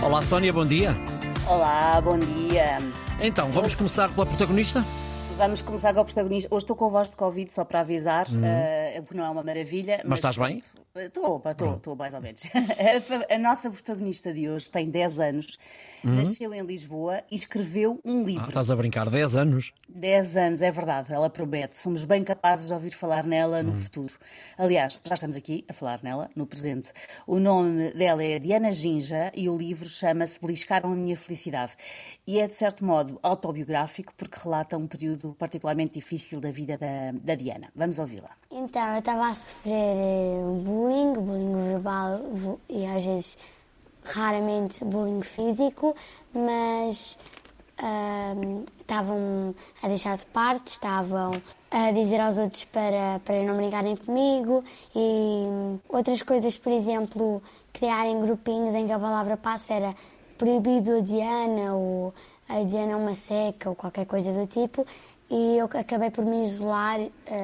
Olá, Sónia, bom dia. Olá, bom dia. Então, vamos começar pela protagonista? Vamos começar com o protagonista. Hoje estou com voz de Covid, só para avisar, porque não é uma maravilha. Mas estás bem? Estou mais ou menos. A nossa protagonista de hoje tem 10 anos, nasceu em Lisboa e escreveu um livro. Estás a brincar, 10 anos. 10 anos, é verdade, ela promete. Somos bem capazes de ouvir falar nela no futuro. Aliás, já estamos aqui a falar nela no presente. O nome dela é Diana Ginja e o livro chama-se Beliscaram a Minha Felicidade. E é, de certo modo, autobiográfico porque relata um período particularmente difícil da vida da Diana. Vamos ouvi-la. Então, eu estava a sofrer bullying verbal e às vezes, raramente, bullying físico, mas estavam a deixar de parte, estavam a dizer aos outros para não brincarem comigo e outras coisas, por exemplo, criarem grupinhos em que a palavra passe era proibido a Diana ou a Diana é uma seca ou qualquer coisa do tipo e eu acabei por me isolar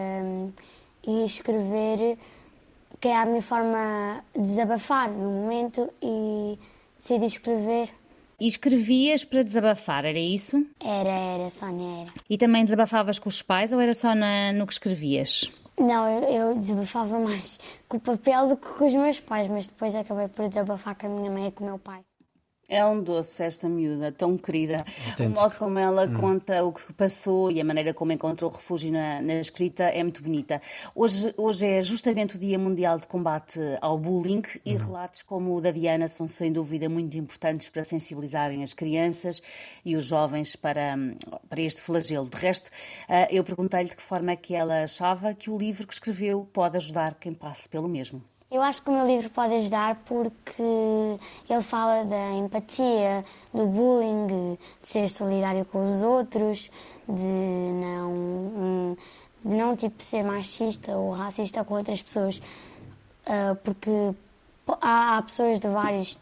e escrever, que é a minha forma de desabafar no momento e decidi escrever. E escrevias para desabafar, era isso? Era, Sónia, era. E também desabafavas com os pais ou era só no que escrevias? Não, eu desabafava mais com o papel do que com os meus pais, mas depois acabei por desabafar com a minha mãe e com o meu pai. É um doce esta miúda, tão querida. Autêntico. O modo como ela conta o que passou e a maneira como encontrou refúgio na escrita é muito bonita. Hoje é justamente o Dia Mundial de Combate ao Bullying e relatos como o da Diana são sem dúvida muito importantes para sensibilizarem as crianças e os jovens para este flagelo. De resto, eu perguntei-lhe de que forma é que ela achava que o livro que escreveu pode ajudar quem passe pelo mesmo. Eu acho que o meu livro pode ajudar porque ele fala da empatia, do bullying, de ser solidário com os outros, de não ser machista ou racista com outras pessoas, porque há pessoas de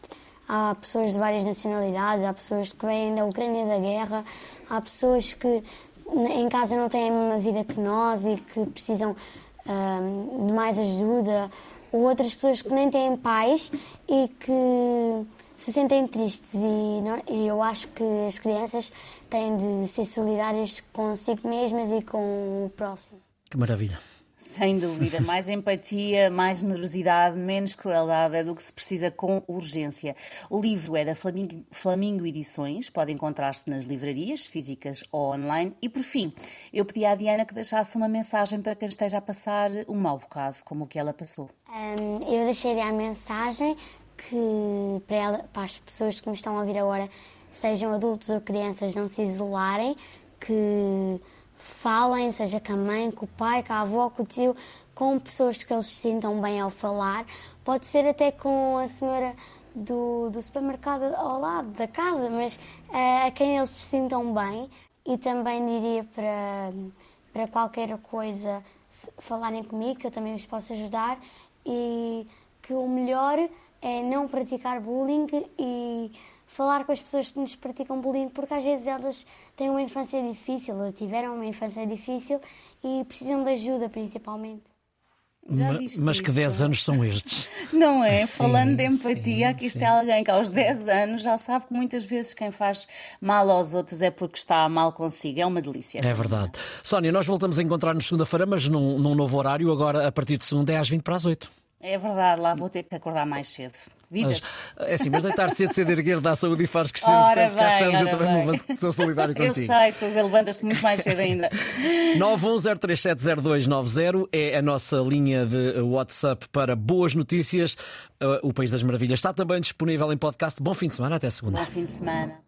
várias nacionalidades, há pessoas que vêm da Ucrânia da guerra, há pessoas que em casa não têm a mesma vida que nós e que precisam de mais ajuda, ou outras pessoas que nem têm pais e que se sentem tristes e eu acho que as crianças têm de ser solidárias consigo mesmas e com o próximo. Que maravilha. Sem dúvida, mais empatia, mais generosidade, menos crueldade é do que se precisa com urgência. O livro é da Flamingo Edições, pode encontrar-se nas livrarias, físicas ou online. E por fim, eu pedi à Diana que deixasse uma mensagem para quem esteja a passar um mau bocado, como o que ela passou. Eu deixei-lhe a mensagem que para as pessoas que me estão a ouvir agora, sejam adultos ou crianças, não se isolarem, que falem, seja com a mãe, com o pai, com a avó, com o tio, com pessoas que eles se sintam bem ao falar. Pode ser até com a senhora do supermercado ao lado da casa, mas a quem eles se sintam bem. E também diria para qualquer coisa falarem comigo, que eu também os posso ajudar, e que o melhor é não praticar bullying e falar com as pessoas que nos praticam bullying, porque às vezes elas têm uma infância difícil, ou tiveram uma infância difícil e precisam de ajuda, principalmente. Mas que 10 anos são estes? Não é? Sim, Falando de empatia, aqui está alguém que aos 10 anos já sabe que muitas vezes quem faz mal aos outros é porque está mal consigo. É uma delícia. É verdade. Sónia, nós voltamos a encontrar-nos segunda-feira, mas num novo horário, agora a partir de segunda é às 20 para as 8. É verdade, lá vou ter que acordar mais cedo. Vidas. Mas deitar cedo erguer dá saúde e faz crescer. Ora Portanto, cá bem, estamos, eu ora também me bem. levanto, sou solidário Eu contigo. sei, tu levantas-te muito mais cedo ainda. 910370290 é a nossa linha de WhatsApp para boas notícias. O País das Maravilhas está também disponível em podcast. Bom fim de semana, até segunda. Bom fim de semana.